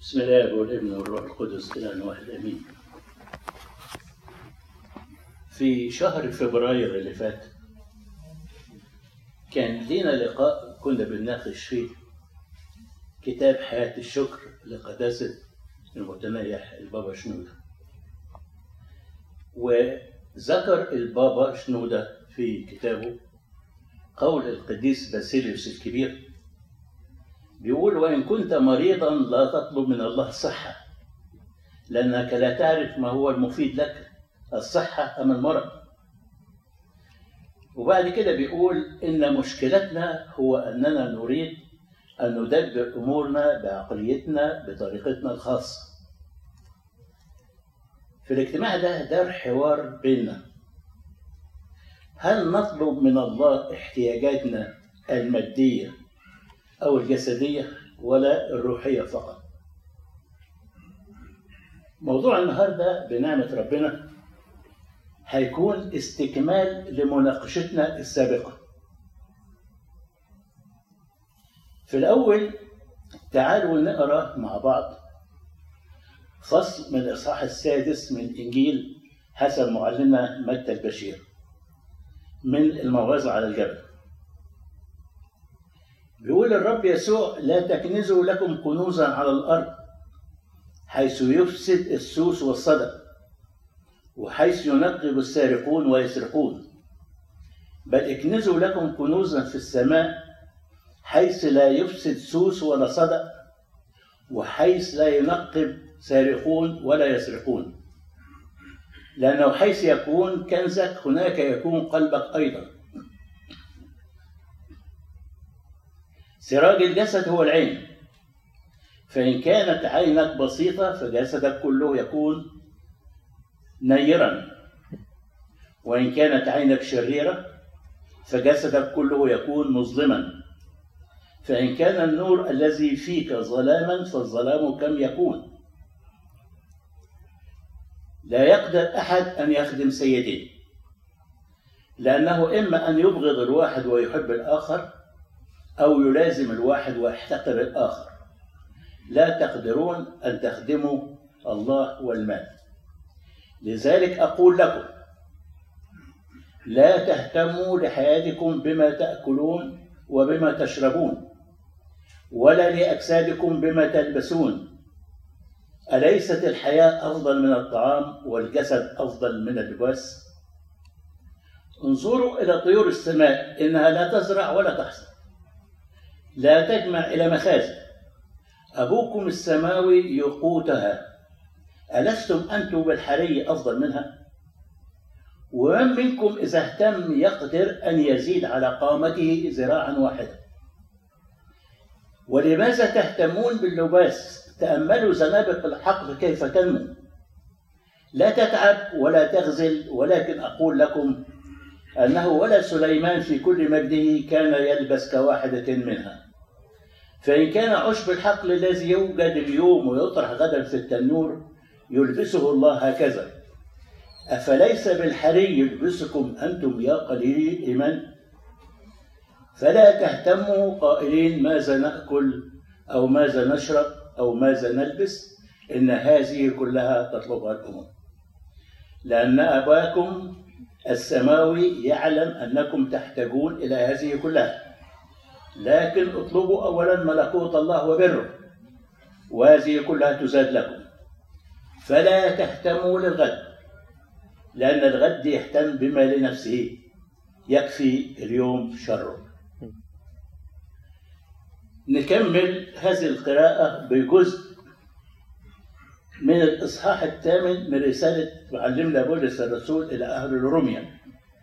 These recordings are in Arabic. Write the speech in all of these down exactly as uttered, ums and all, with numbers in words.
بسم الله والابن والروح القدس إله واحد آمين. في شهر فبراير اللي فات كان لينا لقاء كنا بنناقش فيه كتاب حياة الشكر لقداسة المتنيح البابا شنودة، وذكر البابا شنودة في كتابه قول القديس باسيليوس الكبير، بيقول: وإن كنت مريضا لا تطلب من الله صحة، لأنك لا تعرف ما هو المفيد لك، الصحة أم المرض. وبعد كده بيقول: إن مشكلتنا هو أننا نريد أن ندبر أمورنا بعقليتنا بطريقتنا الخاصة. في الاجتماع ده دار حوار بيننا: هل نطلب من الله احتياجاتنا المادية أو الجسدية ولا الروحية فقط؟ موضوع النهاردة بنعمة ربنا هيكون استكمال لمناقشتنا السابقة. في الأول تعالوا نقرأ مع بعض فصل من الإصحاح السادس من إنجيل حسب معلمنا متى البشير من الموعظة على الجبل. بيقول الرب يسوع: لا تكنزوا لكم كنوزا على الأرض حيث يفسد السوس والصدى وحيث ينقب السارقون ويسرقون، بل اكنزوا لكم كنوزا في السماء حيث لا يفسد سوس ولا صدى وحيث لا ينقب سارقون ولا يسرقون، لأنه حيث يكون كنزك هناك يكون قلبك أيضا. سراج الجسد هو العين، فإن كانت عينك بسيطة فجسدك كله يكون نيرا، وإن كانت عينك شريرة فجسدك كله يكون مظلما. فإن كان النور الذي فيك ظلاما فالظلام كم يكون؟ لا يقدر أحد أن يخدم سيدين، لأنه إما أن يبغض الواحد ويحب الآخر، أو يلازم الواحد ويحتقر الآخر. لا تقدرون أن تخدموا الله والمال. لذلك أقول لكم: لا تهتموا لحياتكم بما تأكلون وبما تشربون، ولا لأجسادكم بما تلبسون. أليست الحياة أفضل من الطعام والجسد أفضل من اللباس؟ انظروا إلى طيور السماء، إنها لا تزرع ولا تحصد، لا تجمع إلى مخازن، أبوكم السماوي يقوتها. ألستم أنتم بالحري أفضل منها؟ ومن منكم إذا اهتم يقدر أن يزيد على قامته ذراعا واحدا. ولماذا تهتمون باللباس؟ تأملوا زنابق الحقل كيف تنمو، لا تتعب ولا تغزل. ولكن أقول لكم أنه ولا سليمان في كل مجده كان يلبس كواحدة منها. فإن كان عشب الحقل الذي يوجد اليوم ويطرح غدا في التنور يلبسه الله هكذا، أفليس بالحري يلبسكم أنتم يا قليلي الإيمان؟ فلا تهتموا قائلين: ماذا نأكل أو ماذا نشرب أو ماذا نلبس، إن هذه كلها تطلبها الأمم، لأن أباكم السماوي يعلم أنكم تحتاجون إلى هذه كلها. لكن اطلبوا أولا ملكوت الله وبره، وهذه كلها تزاد لكم. فلا تهتموا للغد، لأن الغد يهتم بما لنفسه، يكفي اليوم شره. نكمل هذه القراءة بجزء من الإصحاح الثامن من رسالة معلمنا بولس الرسول إلى أهل روميا.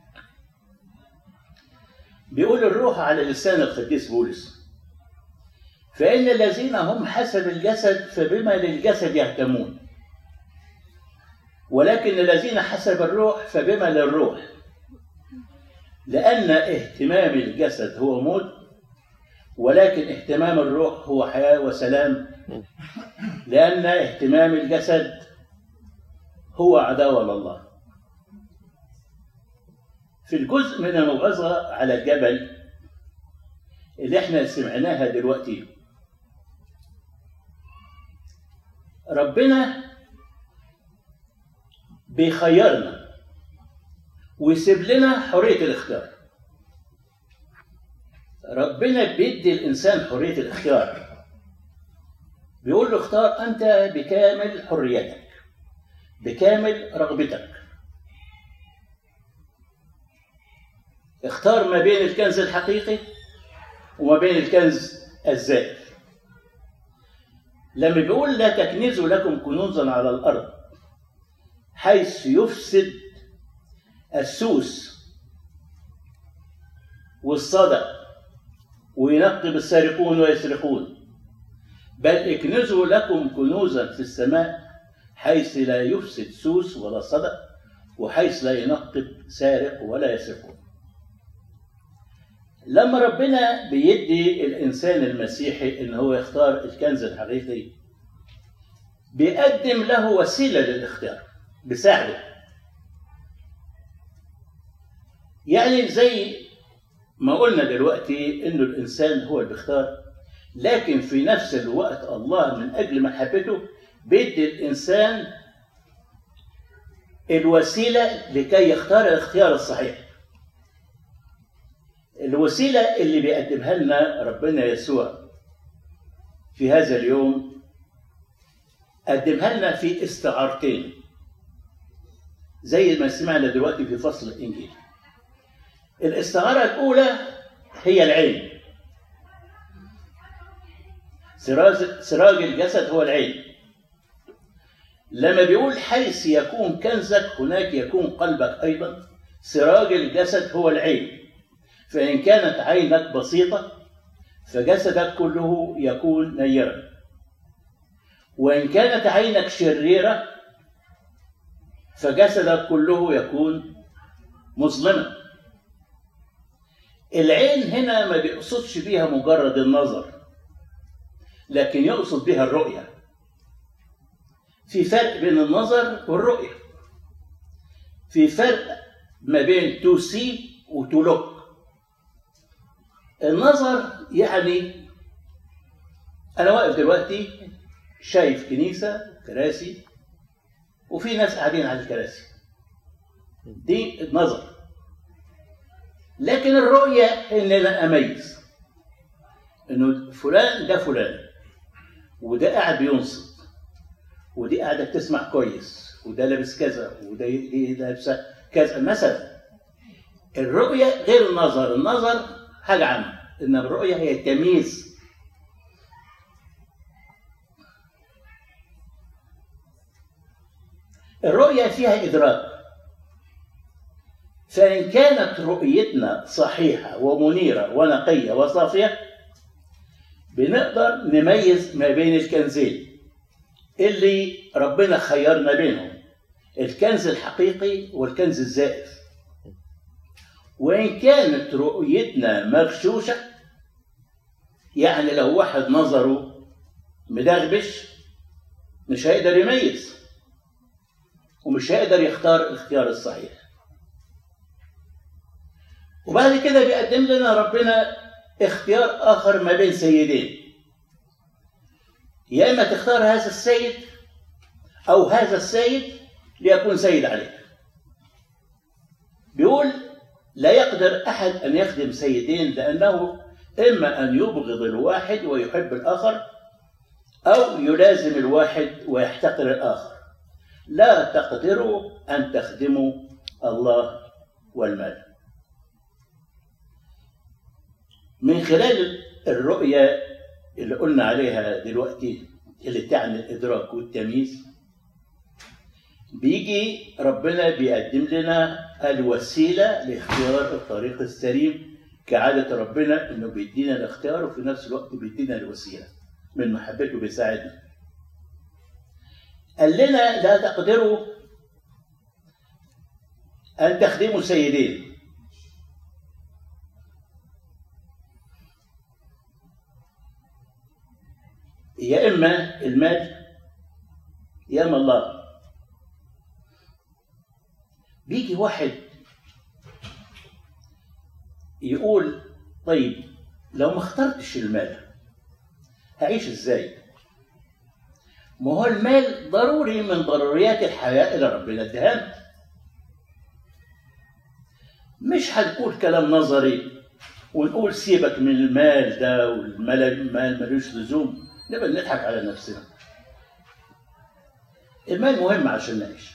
بيقول الروح على لسان القديس بولس: فإن الذين هم حسب الجسد فبما للجسد يهتمون، ولكن الذين حسب الروح فبما للروح. لأن اهتمام الجسد هو موت، ولكن اهتمام الروح هو حياة وسلام. لأن اهتمام الجسد هو عداوة لله. في الجزء من الموعظة على الجبل اللي احنا سمعناها دلوقتي ربنا بيخيرنا ويسيب لنا حرية الاختيار. ربنا بيدي الإنسان حرية الاختيار، بيقول له اختار أنت بكامل حريتك، بكامل رغبتك. اختار ما بين الكنز الحقيقي وما بين الكنز الزائف. لما بيقول لا تكنزوا لكم كنوزا على الأرض حيث يفسد السوس والصدأ وينقب السارقون ويسرقون، بل اكنزوا لكم كنوزا في السماء حيث لا يفسد سوس ولا صدأ وحيث لا ينقب سارق ولا يسرقون. لما ربنا بيدي الإنسان المسيحي إن هو يختار الكنز الحقيقي، بيقدم له وسيلة للاختيار، بيساعده. يعني زي ما قلنا دلوقتي إنه الإنسان هو اللي بيختار، لكن في نفس الوقت الله من أجل محبته بيدي الإنسان الوسيلة لكي يختار الاختيار الصحيح. الوسيلة اللي بيقدمها لنا ربنا يسوع في هذا اليوم قدمها لنا في استعارتين زي ما سمعنا دلوقتي في فصل الإنجيل. الاستعارة الأولى هي العين. سراج سراج الجسد هو العين. لما بيقول حيث يكون كنزك هناك يكون قلبك أيضا، سراج الجسد هو العين. فإن كانت عينك بسيطة فجسدك كله يكون نيرا، وإن كانت عينك شريرة فجسدك كله يكون مظلما. العين هنا ما بيقصدش بيها مجرد النظر، لكن يقصد بها الرؤية. في فرق بين النظر والرؤية، في فرق ما بين to see و to look. النظر يعني أنا واقف دلوقتي شايف كنيسة كراسي وفي ناس قاعدين على الكراسي، دي النظر. لكن الرؤية إن أنا أميز إنه فلان ده فلان، وده قاعد بينصت، ودي قاعدة بتسمع كويس، وده لابس كذا، وده لابسة كذا مثلا. الرؤية غير النظر. النظر حاجة عامة، إنما الرؤية هي التمييز. الرؤية فيها إدراك. فإن كانت رؤيتنا صحيحة ومنيرة ونقية وصافية بنقدر نميز ما بين الكنزين اللي ربنا خيرنا بينهم، الكنز الحقيقي والكنز الزائف. وإن كانت رؤيتنا مغشوشة، يعني لو واحد نظره مدغبش مش هيقدر يميز ومش هيقدر يختار الاختيار الصحيح. وبعد كده بيقدم لنا ربنا اختيار آخر ما بين سيدين، يا إما تختار هذا السيد أو هذا السيد ليكون سيد عليك. بيقول لا يقدر أحد أن يخدم سيدين، لأنه إما أن يبغض الواحد ويحب الآخر، أو يلازم الواحد ويحتقر الآخر. لا تقدروا أن تخدموا الله والمال. من خلال الرؤية اللي قلنا عليها دلوقتي اللي تعني الإدراك والتمييز، بيجي ربنا بيقدم لنا الوسيلة لاختيار الطريق السليم. كعادة ربنا إنه بيدينا الاختيار وفي نفس الوقت بيدينا الوسيلة، من محبته بيساعدنا. قال لنا لا تقدروا أن تخدموا سيدين، يا إما المال يا إما الله. بيجي واحد يقول طيب لو ما اخترتش المال هعيش ازاي؟ ما هو المال ضروري من ضروريات الحياة اللي ربنا اداها. مش هنقول كلام نظري ونقول سيبك من المال ده والمال ملوش لزوم، نبقى نضحك على نفسنا. المال مهم عشان نعيش.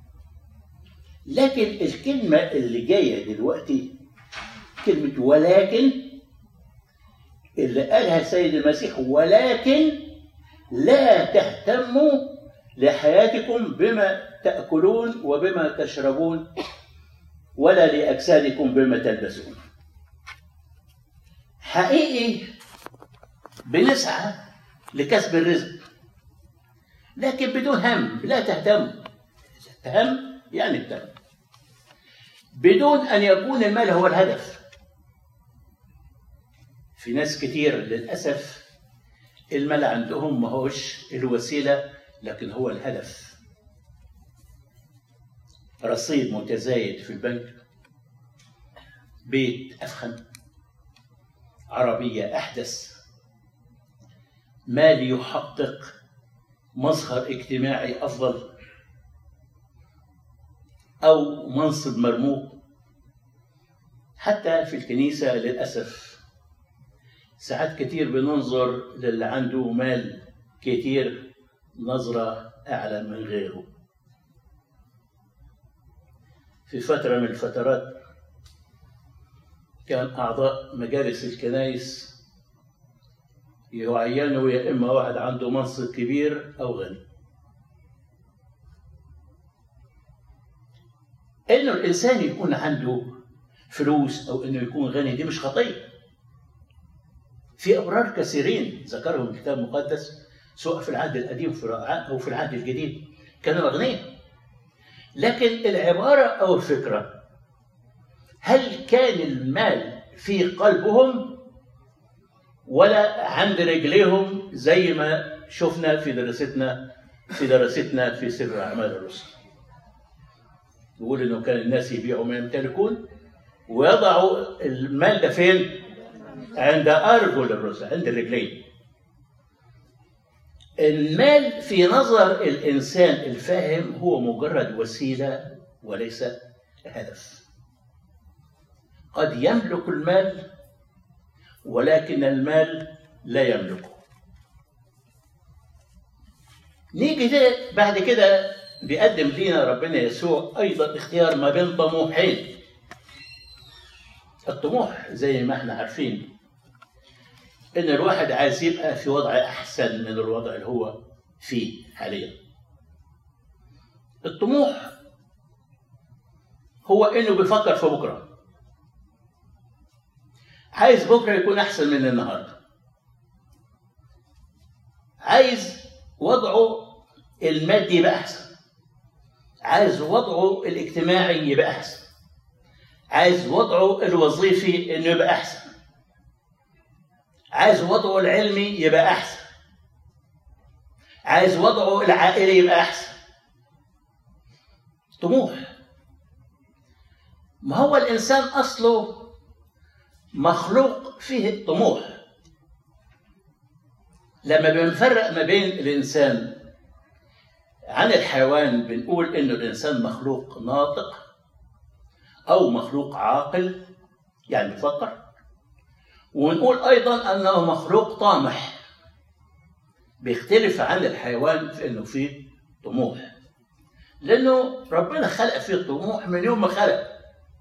لكن الكلمة اللي جاية دلوقتي كلمة ولكن اللي قالها السيد المسيح، ولكن لا تهتموا لحياتكم بما تأكلون وبما تشربون ولا لأجسادكم بما تلبسون. حقيقي بنسعى لكسب الرزق لكن بدون هم. لا تهتموا، تهم يعني التهم، بدون أن يكون المال هو الهدف. في ناس كتير للأسف المال عندهم ما هوش الوسيلة لكن هو الهدف. رصيد متزايد في البنك، بيت أفخم، عربية أحدث، مال يحقق مظهر اجتماعي أفضل، أو منصب مرموق. حتى في الكنيسة للأسف ساعات كتير بننظر للي عنده مال كتير نظرة أعلى من غيره. في فترة من الفترات كان أعضاء مجالس الكنائس يعينوا يا إما واحد عنده منصب كبير أو غني. إنه الإنسان يكون عنده فلوس أو إنه يكون غني دي مش خطية. في أبرار كثيرين ذكرهم الكتاب المقدس سواء في العهد القديم أو في العهد الجديد كانوا أغنياء. لكن العبارة أو الفكرة، هل كان المال في قلبهم ولا عند رجليهم زي ما شفنا في دراستنا في دراستنا في سر أعمال الرسل؟ يقول إنه كان الناس يبيعوا ما يمتلكون ويضعوا المال ده فين؟ عند أرجل الرسل، عند الرجلين. المال في نظر الإنسان الفاهم هو مجرد وسيلة وليس هدف. قد يملك المال ولكن المال لا يملكه. نيجي بعد كده بيقدم لنا ربنا يسوع أيضا اختيار ما بين طموحين. الطموح زي ما احنا عارفين إن الواحد عايز يبقى في وضع أحسن من الوضع اللي هو فيه حاليا. الطموح هو إنه بيفكر في بكرة، عايز بكرة يكون أحسن من النهاردة، عايز وضعه المادي يبقى أحسن، عايز وضعه الاجتماعي يبقى أحسن، عايز وضعه الوظيفي إنه يبقى أحسن، عايز وضعه العلمي يبقى أحسن، عايز وضعه العائلي يبقى أحسن. طموح. ما هو الإنسان أصله مخلوق فيه الطموح. لما بنفرق ما بين الإنسان عن الحيوان بنقول إنه الإنسان مخلوق ناطق أو مخلوق عاقل يعني بيفكر، ونقول أيضا أنه مخلوق طامح. بيختلف عن الحيوان في أنه فيه طموح، لأنه ربنا خلق فيه الطموح من يوم ما خلق.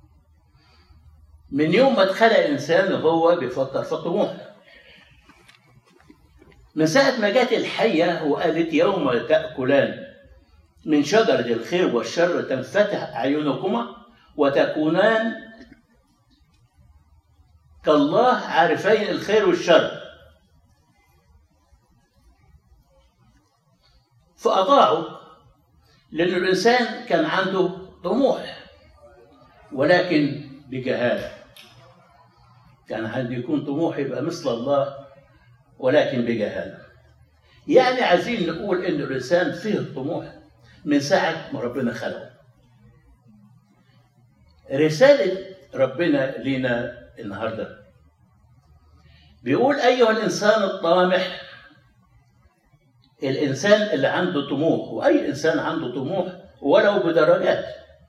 من يوم ما اتخلق الإنسان وهو بيفكر في الطموح. من ساعة ما جت الحية وقالت يوم تأكلان من شجرة الخير والشر تنفتح أعينكما وتكونان كالله عارفين الخير والشر. فأطاعوا، لأن الإنسان كان عنده طموح ولكن بجهالة. كان عنده يكون طموح يبقى مثل الله ولكن بجهالة. يعني عايزين نقول إن الإنسان فيه الطموح من ساعة ما ربنا خلقه. رسالة ربنا لنا النهارده بيقول أيها الإنسان الطامح الإنسان اللي عنده طموح، وأي إنسان عنده طموح ولو بدرجات،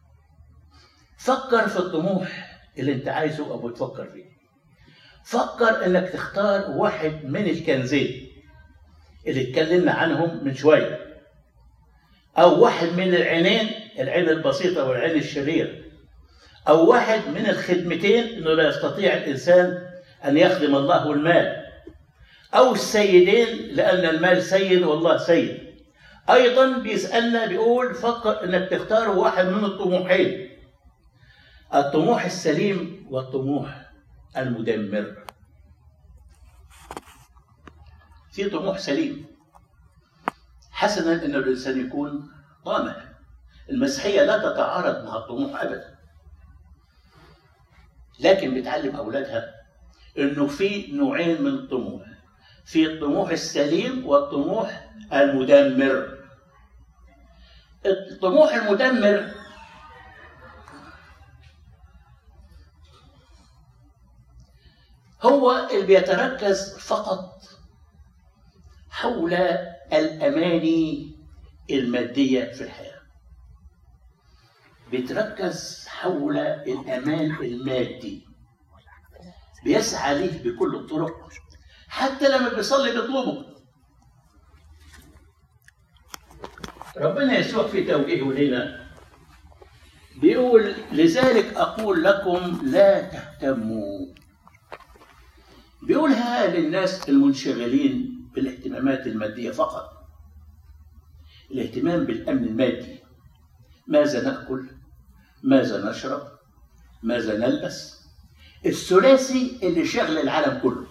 فكر في الطموح اللي أنت عايزه أو بتفكر فيه. فكر إنك تختار واحد من الكنزين اللي اتكلمنا عنهم من شوية، أو واحد من العينين، العين البسيطة والعين الشريرة، أو واحد من الخدمتين إنه لا يستطيع الإنسان أن يخدم الله والمال، أو السيدين لأن المال سيد والله سيد. أيضا بيسألنا بيقول فكر إنك تختار واحد من الطموحين، الطموح السليم والطموح المدمر. في طموح سليم، حسنا إن الإنسان يكون طامح. المسيحية لا تتعارض مع الطموح أبدا، لكن بتعلم أولادها إنه في نوعين من الطموح، في الطموح السليم والطموح المدمر. الطموح المدمر هو اللي بيتركز فقط حول الأماني المادية في الحياة، بيتركز حول الأمان المادي، بيسعى ليه بكل الطرق، حتى لما بيصلي بيطلبه. ربنا يسوع في توجيهه لنا بيقول لذلك أقول لكم لا تهتموا. بيقولها للناس المنشغلين بالاهتمامات المادية فقط، الاهتمام بالأمن المادي، ماذا نأكل، ماذا نشرب، ماذا نلبس، الثلاثي اللي شغل العالم كله.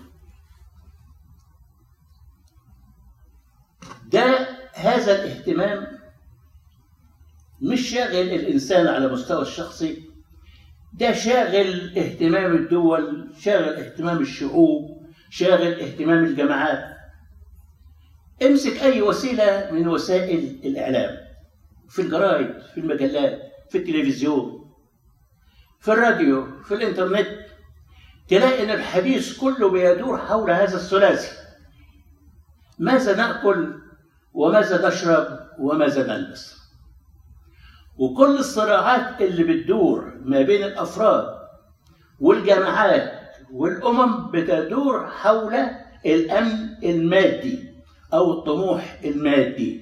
ده هذا الاهتمام مش شاغل الإنسان على مستوى الشخصي، ده شاغل اهتمام الدول، شاغل اهتمام الشعوب، شاغل اهتمام الجماعات. امسك أي وسيلة من وسائل الإعلام، في الجرايد، في المجلات، في التلفزيون، في الراديو، في الإنترنت، تلاقي إن الحديث كله بيدور حول هذا الثلاثي: ماذا نأكل، وماذا نشرب، وماذا نلبس. وكل الصراعات اللي بتدور ما بين الأفراد والجماعات والأمم بتدور حول الأمن المادي أو الطموح المادي،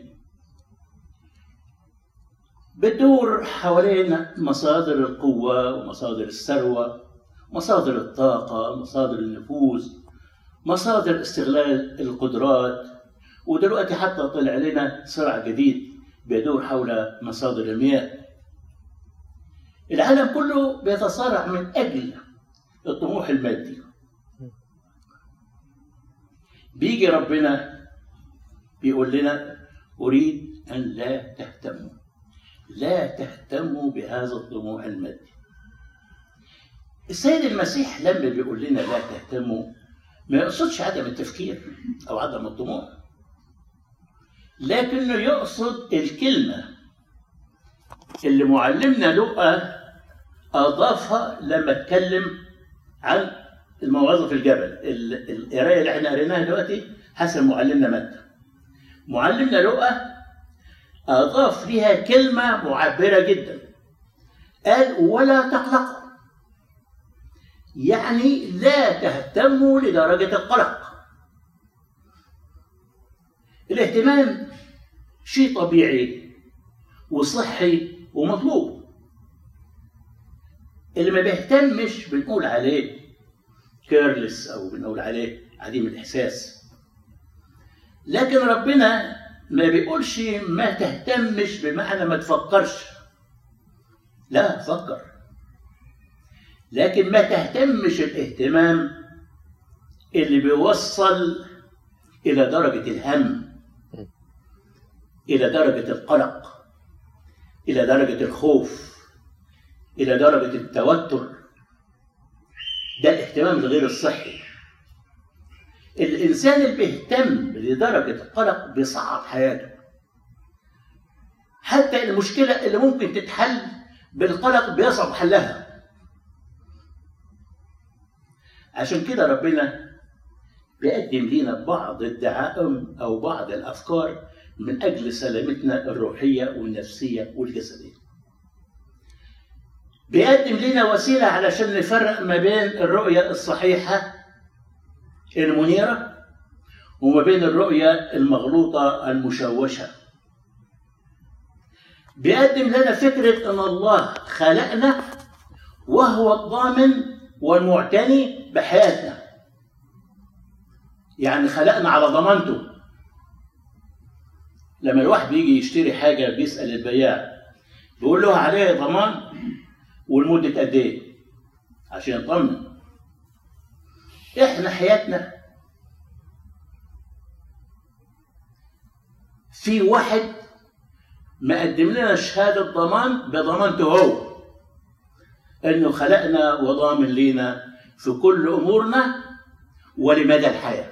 بتدور حوالين مصادر القوة ومصادر الثروة، مصادر الطاقة، مصادر النفوذ، مصادر استغلال القدرات. ودلوقتي حتى طلع لنا صراع جديد بيدور حول مصادر المياه. العالم كله بيتصارع من أجل الطموح المادي. بيجي ربنا بيقول لنا أريد أن لا تهتموا، لا تهتموا بهذا الطموح المادي. السيد المسيح لما بيقول لنا لا تهتموا ما يقصدش عدم التفكير أو عدم الطموح، لكنه يقصد الكلمة اللي معلمنا لوقا أضافها لما اتكلم عن الموعظة في الجبل. القراية اللي احنا قريناها دلوقتي حسب معلمنا متى. معلمنا لوقا أضاف لها كلمة معبرة جدا، قال ولا تقلقوا، يعني لا تهتموا لدرجة القلق. الاهتمام شيء طبيعي وصحي ومطلوب. اللي ما بيهتمش بنقول عليه كيرلس أو بنقول عليه عديم الإحساس. لكن ربنا ما بيقولش ما تهتمش بمعنى ما تفكرش، لا فكر، لكن ما تهتمش الاهتمام اللي بيوصل إلى درجة الهم، إلى درجة القلق، إلى درجة الخوف، إلى درجة التوتر. ده الاهتمام الغير الصحي. الإنسان اللي بيهتم لدرجة القلق بيصعب حياته. حتى المشكلة اللي ممكن تتحل بالقلق بيصعب حلها. عشان كده ربنا بيقدم لنا بعض الدعائم أو بعض الأفكار من أجل سلامتنا الروحية والنفسية والجسدية. بيقدم لنا وسيلة علشان نفرق ما بين الرؤية الصحيحة المنيرة وما بين الرؤية المغلوطة المشوشة. بيقدم لنا فكرة أن الله خلقنا وهو الضامن والمعتني بحياتنا، يعني خلقنا على ضمانته. لما الواحد بيجي يشتري حاجة بيسأل البياع بيقول له عليه ضمان والمدة قد ايه عشان يطمن. احنا حياتنا في واحد مقدم لنا شهادة ضمان بضمانته هو، انه خلقنا وضامن لينا في كل امورنا ولمدى الحياة.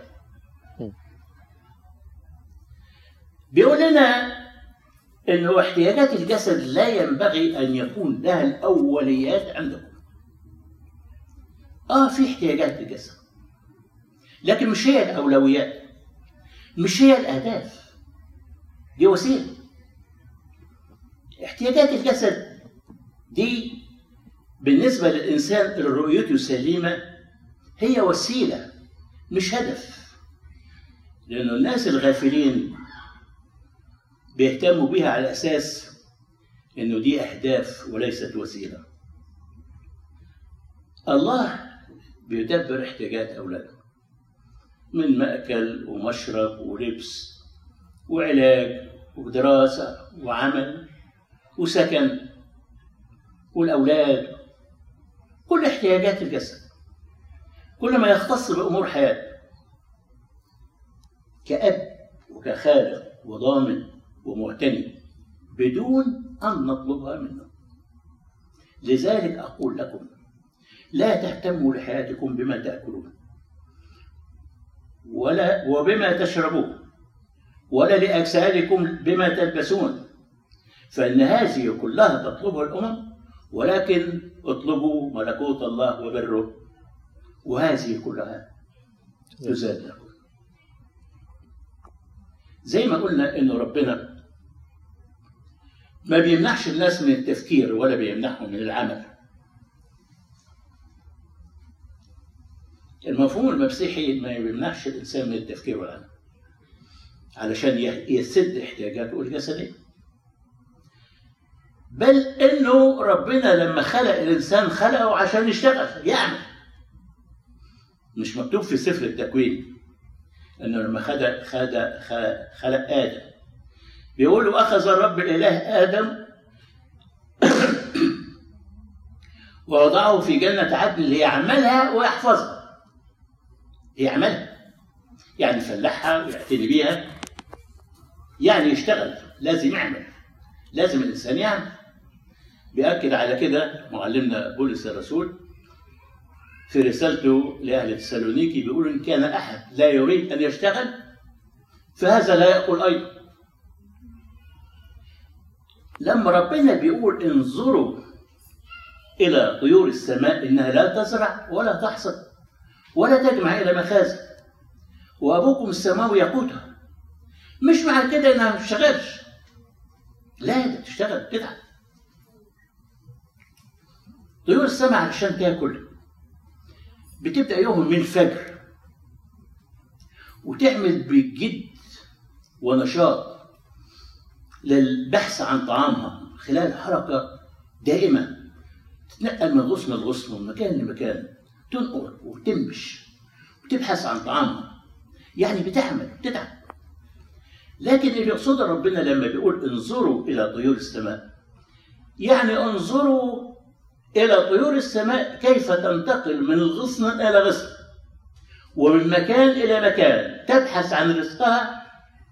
بيقول لنا انه احتياجات الجسد لا ينبغي ان يكون لها الاوليات عندكم. اه في احتياجات الجسد لكن مش هي الاولويات، مش هي الاهداف، دي وسيله. احتياجات الجسد دي بالنسبه للانسان اللي رؤيته سليمه هي وسيله مش هدف، لانه الناس الغافلين بيهتموا بيها على أساس إنه دي أهداف وليست وسيلة. الله بيدبر احتياجات أولاده من مأكل ومشرب ولبس وعلاج ودراسة وعمل وسكن والأولاد، كل احتياجات الجسد، كل ما يختص بأمور حياته كأب وكخالق وضامن ومعتني بدون أن نطلبها منه. لذلك أقول لكم لا تهتموا لحياتكم بما تأكلون ولا وبما تشربون ولا لأجسادكم بما تلبسون، فإن هذه كلها تطلبها الأمم، ولكن اطلبوا ملكوت الله وبره وهذه كلها تزاد لكم. زي ما قلنا إنه ربنا ما بيمنعش الناس من التفكير ولا بيمنعهم من العمل. المفهوم المسيحي ما بيمنعش الإنسان من التفكير والعمل علشان يسد احتياجاته الجسدية، بل إنه ربنا لما خلق الإنسان خلقه عشان يشتغل يعمل. مش مكتوب في سفر التكوين إنه لما خلق خلق آدم بيقولوا أخذ الرب الإله آدم ووضعه في جنة عدن ليعملها ويحفظها. يعملها يعني يفلحها ويعتني بيها، يعني يشتغل، لازم يعمل، لازم الإنسان يعمل. بيأكد على كده معلمنا بولس الرسول في رسالته لأهل تسالونيكي، بيقول إن كان أحد لا يريد أن يشتغل فهذا لا يأكل أيضا. لما ربنا بيقول انظروا إلى طيور السماء إنها لا تزرع ولا تحصد ولا تجمع إلى مخازن وأبوكم السماوي يقوتها، مش معنى كده إنها ما بتشتغلش، لا ده بتشتغل بتتعب. طيور السماء علشان تاكل بتبدأ يوم من الفجر وتعمل بجد ونشاط للبحث عن طعامها خلال حركة دائمة، تتنقل من غصن لغصن ومن مكان لمكان، تنقر وتنبش وتبحث عن طعامها، يعني بتعمل بتتعب. لكن اللي يقصده ربنا لما بيقول انظروا إلى طيور السماء، يعني انظروا إلى طيور السماء كيف تنتقل من غصن إلى غصن ومن مكان إلى مكان تبحث عن رزقها،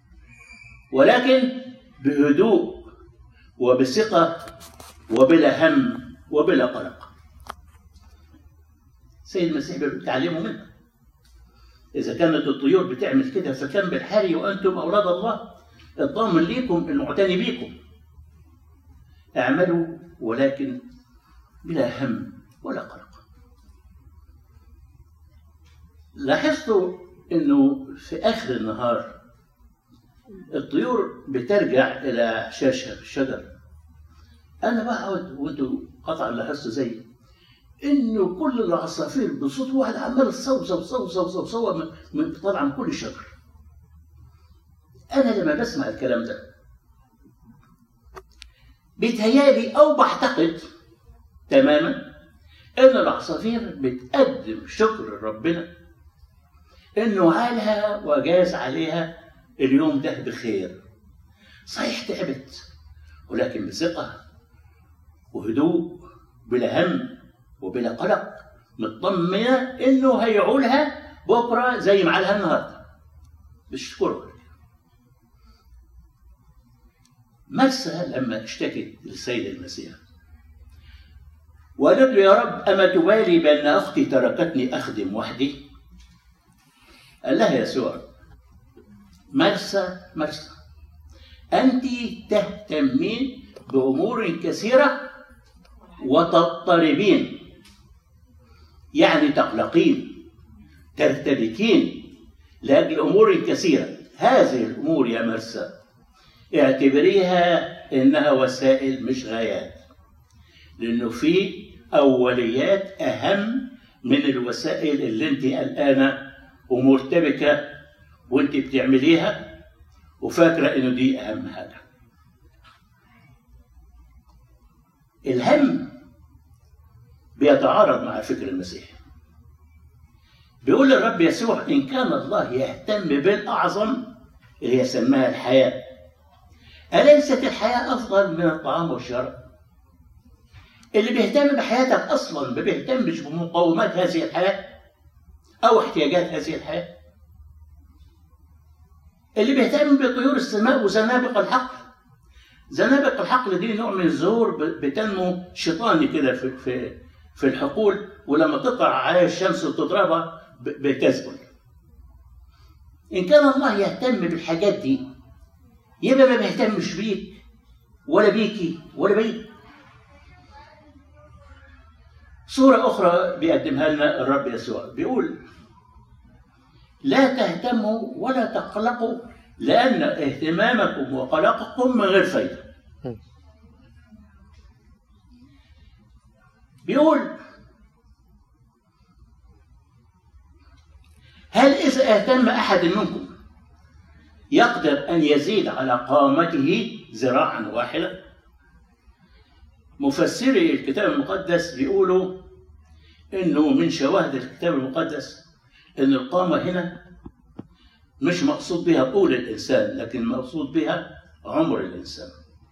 ولكن بهدوء وبثقة وبلا هم وبلا قلق. سيد المسيح بتعلموا منها. إذا كانت الطيور بتعمل كده فكم بالحري وأنتم أولاد الله الضامن ليكم المعتني بيكم. اعملوا ولكن بلا هم ولا قلق. لاحظتوا إنه في آخر النهار الطيور بترجع إلى شاشة الشجر. أنا بقعد وأنتوا قطعا لاحظتوا زيي إنه كل العصافير بصوت واحد عمال تصوصو صوصو صوصو من طبعا كل شجر. أنا لما بسمع الكلام ده بيتهيألي أو بعتقد تماما إن العصافير بتقدم شكر لربنا إنه عالها وجاز عليها اليوم ده بخير. صحيح تعبت ولكن بثقة وهدوء بلا هم وبلا قلق، مطمنة إنه هيعولها بكرة زي ما عالها النهارده. بشكره. مرسى لما اشتكت للسيد المسيح وقالت له يا رب أما تبالي بأن أختي تركتني أخدم وحدي؟ قال لها يسوع مرسى مرسى أنت تهتمين بأمور كثيرة وتضطربين، يعني تقلقين ترتبكين لأجل أمور كثيرة. هذه الأمور يا مرسى اعتبريها إنها وسائل مش غايات، لأنه في أوليات أهم من الوسائل اللي أنت قلقانة ومرتبكة وأنت بتعمليها وفاكرة إنه دي أهم حاجة. الهم بيتعارض مع فكر المسيح. بيقول الرب يسوع إن كان الله يهتم بالأعظم اللي هي سماها الحياة، أليست الحياة أفضل من الطعام والشراب؟ اللي بيهتم بحياتك أصلا ما بيهتمش بمقومات هذه الحياة أو احتياجات هذه الحياة. اللي بيهتم بطيور السماء وزنابق الحقل، زنابق الحقل دي نوع من الزهور بتنمو شيطاني كده في في في الحقول، ولما تطلع عليها الشمس وتضربها بتذبل. إن كان الله يهتم بالحاجات دي يبقى ما بيهتمش بيك ولا بيكي ولا بيك. صورة أخرى بيقدمها لنا الرب يسوع بيقول لا تهتموا ولا تقلقوا لأن اهتمامكم وقلقكم من غير فايدة. بيقول هل إذا اهتم أحد منكم يقدر أن يزيد على قامته ذراعا واحدة؟ مفسري الكتاب المقدس بيقولوا إنه من شواهد الكتاب المقدس إن القامة هنا مش مقصود بها طول الإنسان، لكن مقصود بها عمر الإنسان.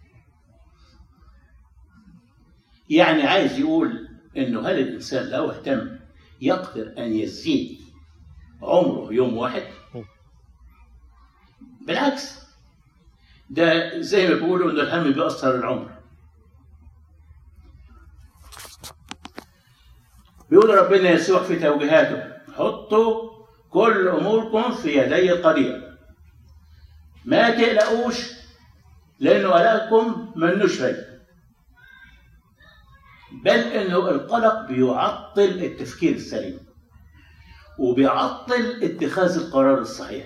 يعني عايز يقول إنه هل الإنسان لو اهتم يقدر أن يزيد عمره يوم واحد؟ بالعكس، ده زي ما بيقولوا إن الهم بيأثر العمر. بيقول ربنا يسوع في توجيهاته حطوا كل أموركم في يدي القدير، ما تقلقوش لأنه قلقكم منوش فايدة، بل إنه القلق بيعطل التفكير السليم وبيعطل اتخاذ القرار الصحيح.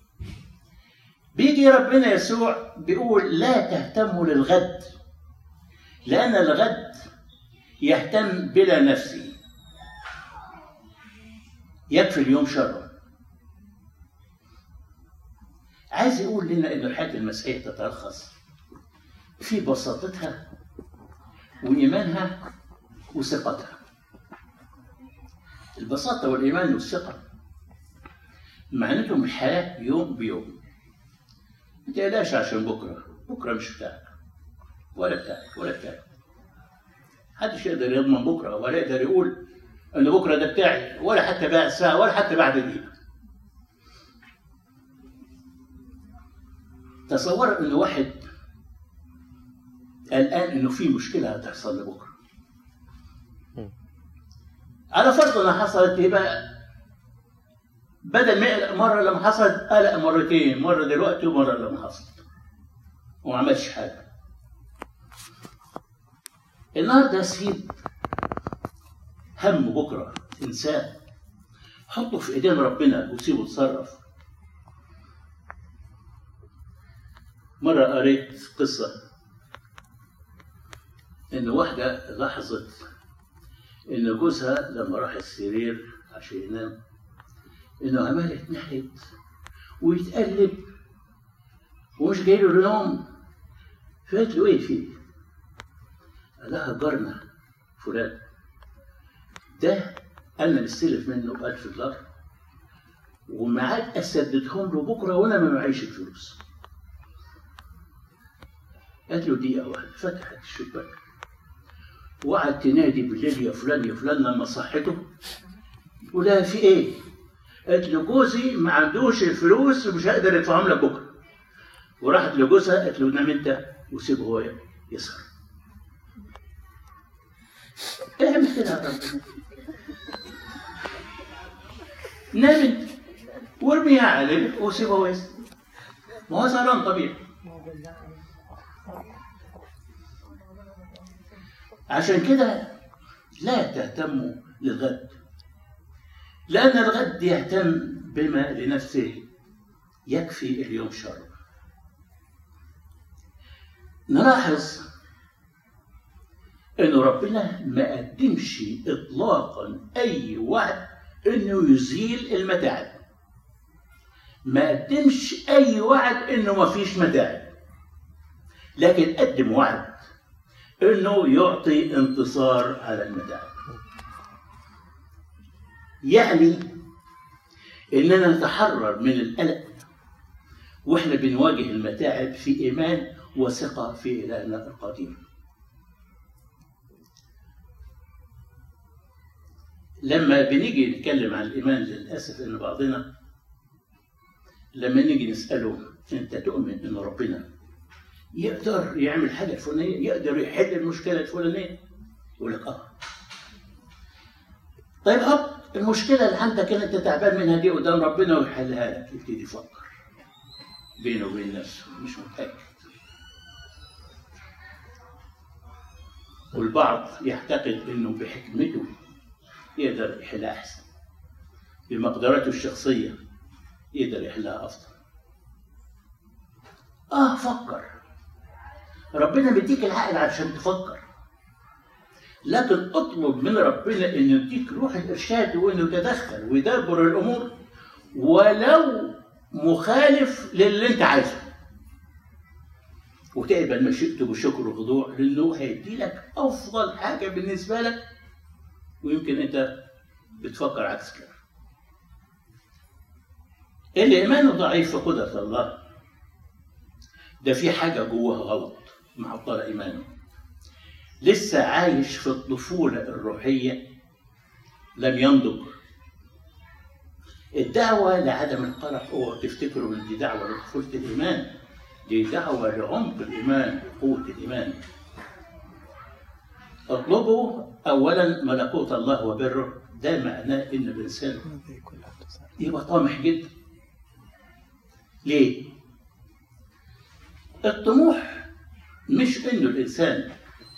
بيجي ربنا يسوع بيقول لا تهتموا للغد لأن الغد يهتم بلا نفسه، يكفي اليوم شره. عايز يقول لنا إن الحياة المسيحية تتلخص في بساطتها وإيمانها وثقتها. البساطة والإيمان والثقة معناتهم الحياة يوم بيوم. ما تقلقش عشان بكرة، بكرة مش بتاعك ولا بتاعك ولا بتاعك. محدش يقدر يضمن بكرة ولا يقدر يقول إن بكرة ده بتاعي، ولا حتى بعد ساعة ولا حتى بعد دقيقة. تصور إن واحد قلقان إنه في مشكلة هتحصل لبكرة. على فرض إنها حصلت، يبقى بدل ما يقلق مرة لما حصلت قلق مرتين، مرة دلوقتي ومرة لما حصلت وما عملش حاجة. النهارده سيب هم بكرة إنسان حطه في ايدين ربنا وسيبه يتصرف. مرة قريت قصة إن واحدة لاحظت إن جوزها لما راح السرير عشان ينام إنه عمال يتنحت ويتقلب ومش جاي له نوم. فقالت له إيه فيه؟ قال لها جارنا فلان ده أنا مستلف منه بألف دولار ومعاد أسددهم له بكرة وأنا ما معيش الفلوس. قالت له دقيقة واحدة، فتحت الشباك وقعدت تنادي بالليل يا فلان يا فلان. لما صحته ولا في إيه؟ قالت له جوزي ما عندوش الفلوس ومش هقدر يدفعهم لك بكرة. وراحت لجوزها قالت له نام أنت وسيبه هو يسهر. اعمل كده يا رب، نام انت وارميها عليه وسيبه هو يسهر. ما هو سهران طبيعي. عشان كده لا تهتموا للغد، لأن الغد يهتم بما لنفسه، يكفي اليوم شر. نلاحظ إن ربنا ما قدمش إطلاقا أي وعد إنه يزيل المتاعب، ما قدمش أي وعد إنه ما فيش متاعب، لكن قدم وعد إنه يعطي انتصار على المتاعب. يعني إننا نتحرر من القلق وإحنا بنواجه المتاعب في إيمان وثقة في إلهنا القدير. لما بنيجي نتكلم عن الإيمان للأسف إن بعضنا لما نيجي نسأله أنت تؤمن إن ربنا يقدر يعمل حاجة الفلانية، يقدر يحل المشكلة الفلانية، يقول لك آه. طيب أب المشكلة اللي عندك اللي أنت تعبان منها دي قدام ربنا ويحلها لك، يبتدي يفكر بينه وبين نفسه مش متأكد. والبعض يعتقد إنه بحكمته يقدر يحلها أحسن، بمقدرته الشخصية يقدر يحلها أفضل. آه فكر، ربنا بيديك العقل عشان تفكر، لكن اطلب من ربنا إنه يديك روح الإرشاد وإنه يتدخل ويدبر الأمور ولو مخالف للي أنت عايزه، وتقبل مشيئته بشكر وخضوع لأنه هيدي لك أفضل حاجة بالنسبة لك، ويمكن أنت بتفكر عكس كده. اللي إيمانه ضعيف في قدرة الله ده في حاجة جواه غلط معطلة إيمانه، لسه عايش في الطفولة الروحية لم ينضج. الدعوة لعدم القلق اوعوا تفتكروا ان دي دعوة لطفولة الإيمان، دي دعوة لعمق الإيمان وقوة الإيمان. اطلبوا أولا ملكوت الله وبره، ده معناه إن الإنسان يبقى طامح جدا. ليه؟ الطموح مش إنه الإنسان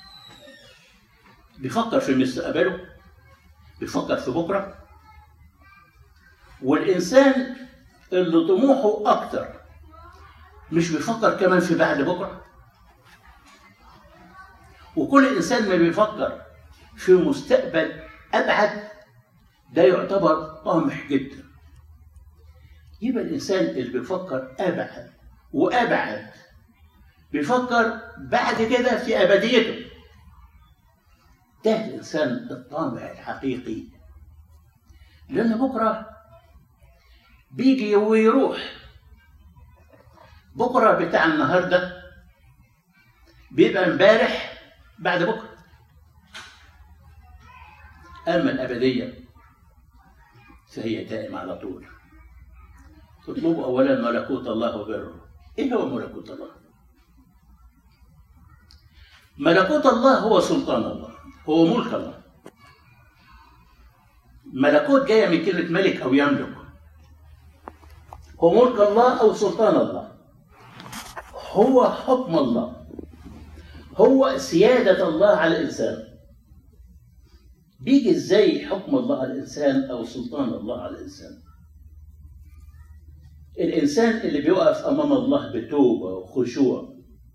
بيفكر في مستقبله، بيفكر في بكرة. والإنسان اللي طموحه أكتر مش بيفكر كمان في بعد بكرة. وكل إنسان ما بيفكر في مستقبل أبعد ده يعتبر طامح جدا. يبقى الإنسان اللي بيفكر أبعد وأبعد بيفكر بعد كده في أبديته، ده الإنسان الطامع الحقيقي، لأن بكرة بيجي ويروح. بكرة بتاع النهاردة بيبقى امبارح بعد بكرة. أما الأبدية فهي دائمة على طول. اطلبوا أولا ملكوت الله وبره. إيه هو ملكوت الله؟ ملكوت الله هو سلطان الله، هو ملك الله. ملكوت جاية من كلمة ملك أو يملك، هو ملك الله أو سلطان الله، هو حكم الله، هو سيادة الله على الإنسان. بيجي ازاي حكم الله على الانسان او سلطان الله على الانسان؟ الانسان اللي بيقف امام الله بتوبه وخشوع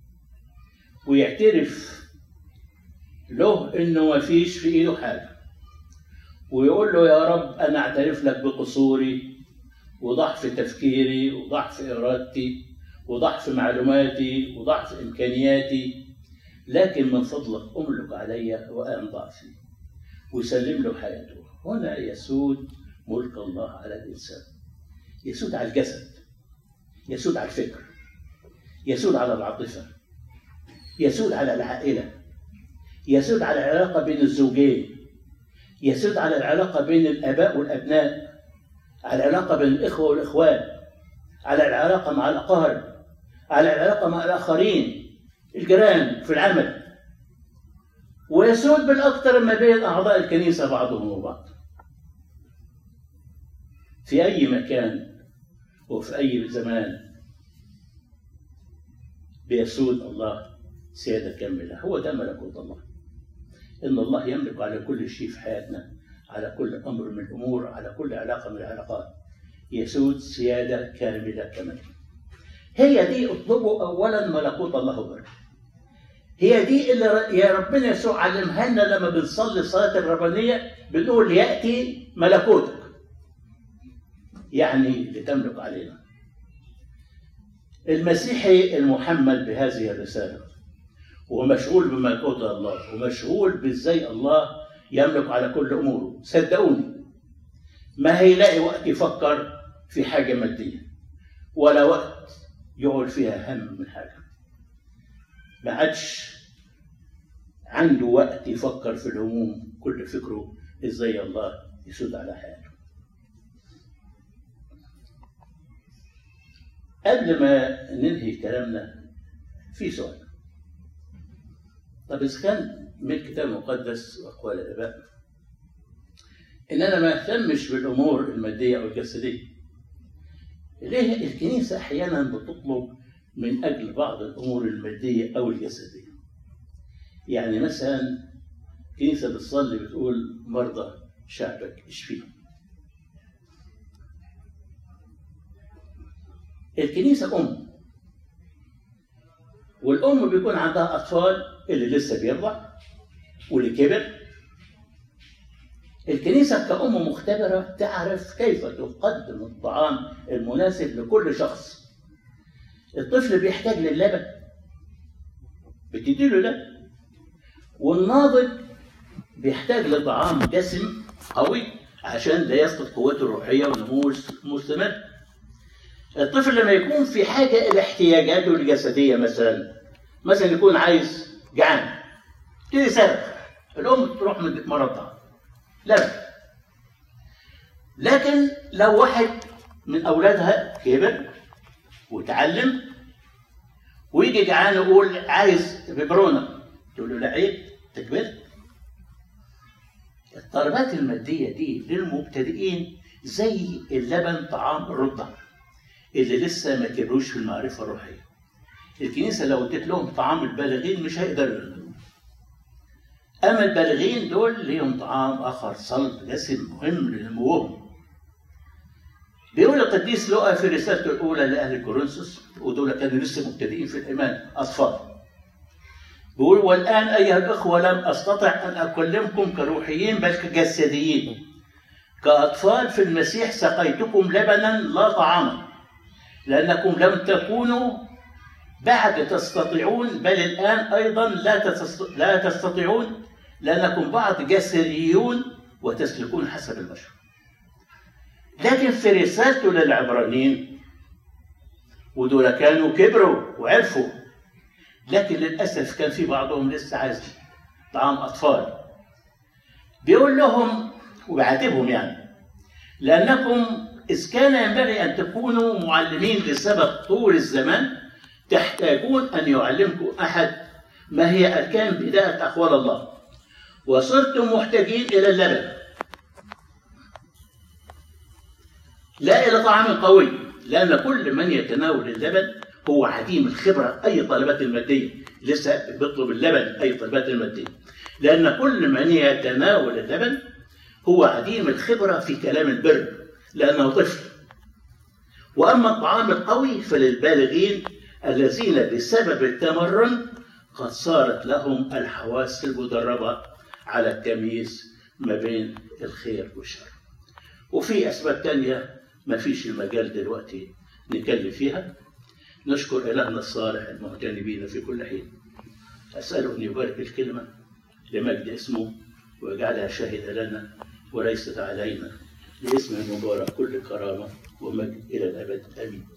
ويعترف له انه ما فيش في ايده حاجه، ويقول له يا رب انا اعترف لك بقصوري وضعف تفكيري وضعف ارادتي وضعف معلوماتي وضعف امكانياتي، لكن من فضلك املك علي وان ضعفي، ويسلم له حياته. هنا يسود ملك الله على الانسان، يسود على الجسد، يسود على الفكر، يسود على العاطفه، يسود على العائله، يسود على العلاقه بين الزوجين، يسود على العلاقه بين الاباء والابناء، على العلاقه بين الاخوه والاخوان، على العلاقه مع الاقارب، على العلاقه مع الاخرين، الجيران، في العمل، ويسود بالاكثر ما بين اعضاء الكنيسه بعضهم وبعض. في اي مكان وفي اي زمان بيسود الله سياده كامله. هو ده ملكوت الله، ان الله يملك على كل شيء في حياتنا، على كل امر من الامور، على كل علاقه من العلاقات، يسود سياده كامله كامله. هي دي اطلبوا اولا ملكوت الله وبره. هي دي اللي يا ربنا يسوع علمها لنا لما بنصلي الصلاه الربانيه، بنقول ياتي ملكوتك، يعني لتملك علينا. المسيحي المحمل بهذه الرساله ومشغول بملكوت الله ومشغول بازاي الله يملك على كل اموره، صدقوني ما هيلاقي وقت يفكر في حاجه ماديه ولا وقت يقعد فيها هم من حاجه. ما عادش عنده وقت يفكر في الهموم، كل فكره ازاي الله يسود على حياته. قبل ما ننهي كلامنا في سؤال. طب إذا كان من الكتاب المقدس وأقوال الآباء إن أنا ما أهتمش بالأمور المادية أو الجسدية، ليه الكنيسة أحيانا بتطلب من أجل بعض الأمور المادية أو الجسدية؟ يعني مثلا الكنيسة بتصلي بتقول مرضى شعبك اشفيهم. الكنيسة أم، والأم بيكون عندها أطفال اللي لسه بيرضع واللي كبر. الكنيسة كأم مختبرة تعرف كيف تقدم الطعام المناسب لكل شخص. الطفل بيحتاج للبن، بتديله لبن، والناضج بيحتاج لطعام دسم قوي عشان لا يفقد قوته الروحية ونموه مستمر. الطفل لما يكون في حاجة إلى احتياجاته الجسدية، مثلا مثلا يكون عايز جعان، تبتدي يصرخ، الأم تروح مرضعة لبن. لكن لو واحد من أولادها كبر وتعلم ويجي جعان يقول عايز ببرونة، تقول له لا عيب أنت كبرت. الطلبات المادية دي للمبتدئين زي اللبن طعام الرضع اللي لسه ما كبروش في المعرفة الروحية. الكنيسة لو اديت لهم طعام البالغين مش هيقدروا يعملوه. أما البالغين دول ليهم طعام آخر صلب دسم مهم لنموهم. بيقول القديس لوقا في رسالته الأولى لأهل كورنثوس، ودول كانوا لسه مبتدئين في الإيمان أطفال، بيقول والآن أيها الأخوة لم أستطع أن أكلمكم كروحيين بل كجسديين، كأطفال في المسيح سقيتكم لبنا لا طعاما، لأنكم لم تكونوا بعد تستطيعون بل الآن أيضا لا تستطيعون، لأنكم بعد جسديون وتسلكون حسب البشر. لكن في رسالته للعبرانيين، ودول كانوا كبروا وعرفوا، لكن للأسف كان في بعضهم لسه عايز طعام أطفال. بيقول لهم وبيعاتبهم يعني، لأنكم إذ كان ينبغي أن تكونوا معلمين لسبب طول الزمان تحتاجون أن يعلمكم أحد ما هي أركان بداية أقوال الله، وصرتم محتاجين إلى اللبن لا إلى طعام قوي، لأن كل من يتناول اللبن هو عديم الخبرة أي طلبات المادية، لسه بيطلب اللبن أي طلبات المادية، لأن كل من يتناول اللبن هو عديم الخبرة في كلام البر لأنه طفل. وأما الطعام القوي فللبالغين الذين بسبب التمرن قد صارت لهم الحواس المدربة على التمييز ما بين الخير والشر. وفي أسباب تانية ما فيش المجال دلوقتي نتكلم فيها. نشكر إلهنا الصالح المعتني بنا في كل حين. أسأله أن يبارك الكلمة لمجد اسمه ويجعلها شاهدة لنا وليست علينا، لاسم المبارك كل كرامة ومجد إلى الأبد. آمين.